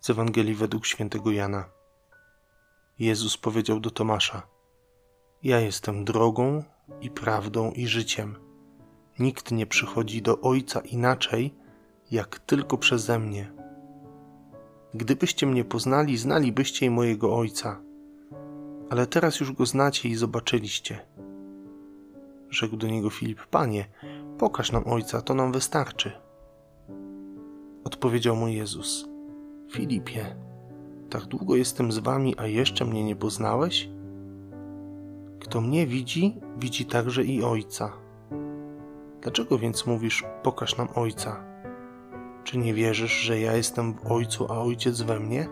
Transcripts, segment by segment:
Z Ewangelii według świętego Jana. Jezus powiedział do Tomasza: Ja jestem drogą i prawdą i życiem. Nikt nie przychodzi do Ojca inaczej, jak tylko przeze mnie. Gdybyście mnie poznali, znalibyście i mojego Ojca. Ale teraz już Go znacie i zobaczyliście. Rzekł do niego Filip: Panie, pokaż nam Ojca, to nam wystarczy. Odpowiedział mu Jezus: Filipie, tak długo jestem z wami, a jeszcze mnie nie poznałeś? Kto mnie widzi, widzi także i Ojca. Dlaczego więc mówisz: pokaż nam Ojca? Czy nie wierzysz, że ja jestem w Ojcu, a Ojciec we mnie?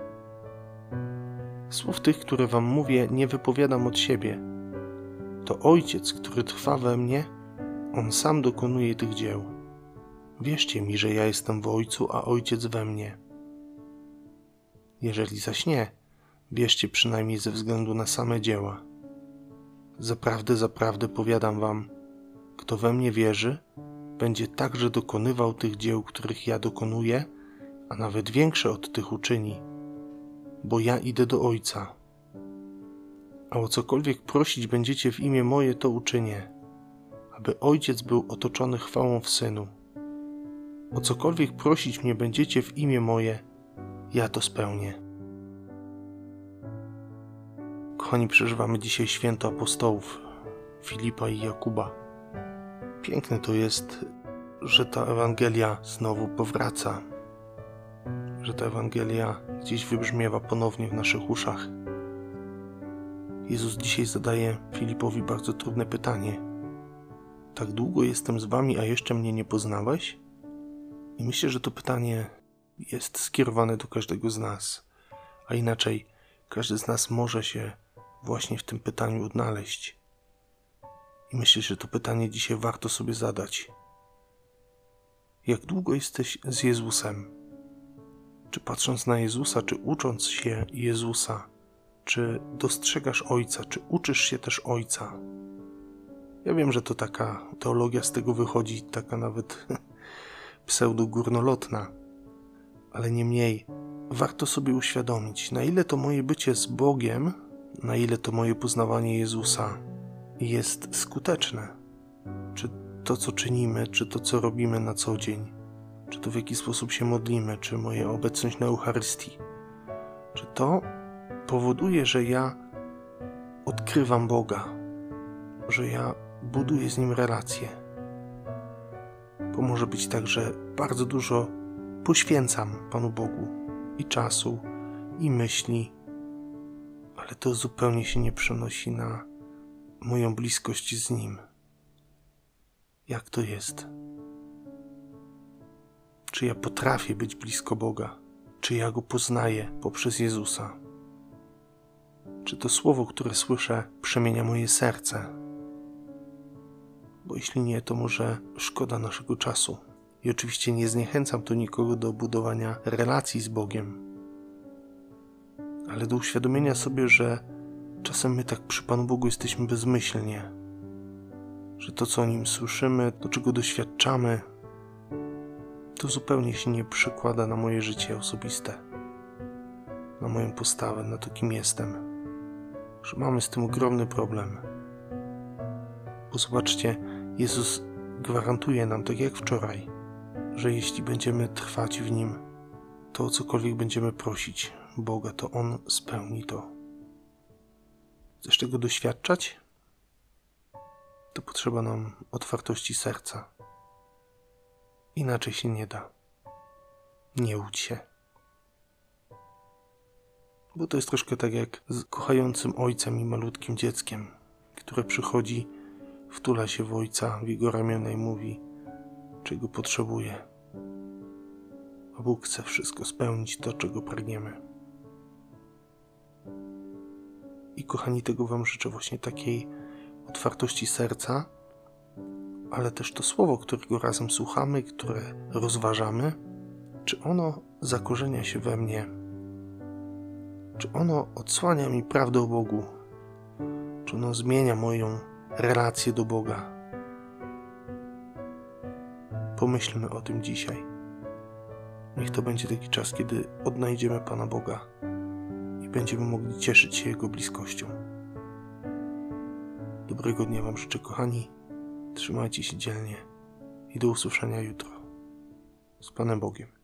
Słów tych, które wam mówię, nie wypowiadam od siebie. To Ojciec, który trwa we mnie, On sam dokonuje tych dzieł. Wierzcie mi, że ja jestem w Ojcu, a Ojciec we mnie. Jeżeli zaś nie, wierzcie przynajmniej ze względu na same dzieła. Zaprawdę, zaprawdę powiadam wam, kto we mnie wierzy, będzie także dokonywał tych dzieł, których ja dokonuję, a nawet większe od tych uczyni, bo ja idę do Ojca. A o cokolwiek prosić będziecie w imię moje, to uczynię, aby Ojciec był otoczony chwałą w Synu. O cokolwiek prosić mnie będziecie w imię moje, ja to spełnię. Kochani, przeżywamy dzisiaj święto apostołów Filipa i Jakuba. Piękne to jest, że ta Ewangelia znowu powraca, że ta Ewangelia gdzieś wybrzmiewa ponownie w naszych uszach. Jezus dzisiaj zadaje Filipowi bardzo trudne pytanie. Tak długo jestem z wami, a jeszcze mnie nie poznałeś? I myślę, że to pytanie jest skierowane do każdego z nas, a inaczej każdy z nas może się właśnie w tym pytaniu odnaleźć. I myślę, że to pytanie dzisiaj warto sobie zadać. Jak długo jesteś z Jezusem? Czy patrząc na Jezusa, czy ucząc się Jezusa, czy dostrzegasz Ojca, czy uczysz się też Ojca? Ja wiem, że to taka teologia z tego wychodzi, taka nawet pseudogórnolotna, ale niemniej warto sobie uświadomić, na ile to moje bycie z Bogiem, na ile to moje poznawanie Jezusa jest skuteczne. Czy to, co czynimy, czy to, co robimy na co dzień, czy to, w jaki sposób się modlimy, czy moja obecność na Eucharystii, czy to powoduje, że ja odkrywam Boga, że ja buduję z Nim relacje. Bo może być tak, że bardzo dużo poświęcam Panu Bogu i czasu, i myśli, ale to zupełnie się nie przenosi na moją bliskość z Nim. Jak to jest? Czy ja potrafię być blisko Boga? Czy ja Go poznaję poprzez Jezusa? Czy to słowo, które słyszę, przemienia moje serce? Bo jeśli nie, to może szkoda naszego czasu. I oczywiście nie zniechęcam tu nikogo do budowania relacji z Bogiem, ale do uświadomienia sobie, że czasem my tak przy Panu Bogu jesteśmy bezmyślnie, że to, co o Nim słyszymy, to, czego doświadczamy, to zupełnie się nie przekłada na moje życie osobiste, na moją postawę, na to, kim jestem, że mamy z tym ogromny problem. Bo zobaczcie, Jezus gwarantuje nam, tak jak wczoraj, że jeśli będziemy trwać w Nim, to o cokolwiek będziemy prosić Boga, to On spełni to. Chcesz tego doświadczać? To potrzeba nam otwartości serca. Inaczej się nie da. Nie łudź się. Bo to jest troszkę tak jak z kochającym ojcem i malutkim dzieckiem, które przychodzi, wtula się w ojca, w jego ramiona i mówi, czego potrzebuje. A Bóg chce wszystko spełnić, to, czego pragniemy. I kochani, tego wam życzę, właśnie takiej otwartości serca, ale też to słowo, którego razem słuchamy, które rozważamy, czy ono zakorzenia się we mnie, czy ono odsłania mi prawdę o Bogu, czy ono zmienia moją relację do Boga. Pomyślmy o tym dzisiaj. Niech to będzie taki czas, kiedy odnajdziemy Pana Boga i będziemy mogli cieszyć się Jego bliskością. Dobrego dnia Wam życzę, kochani. Trzymajcie się dzielnie i do usłyszenia jutro. Z Panem Bogiem.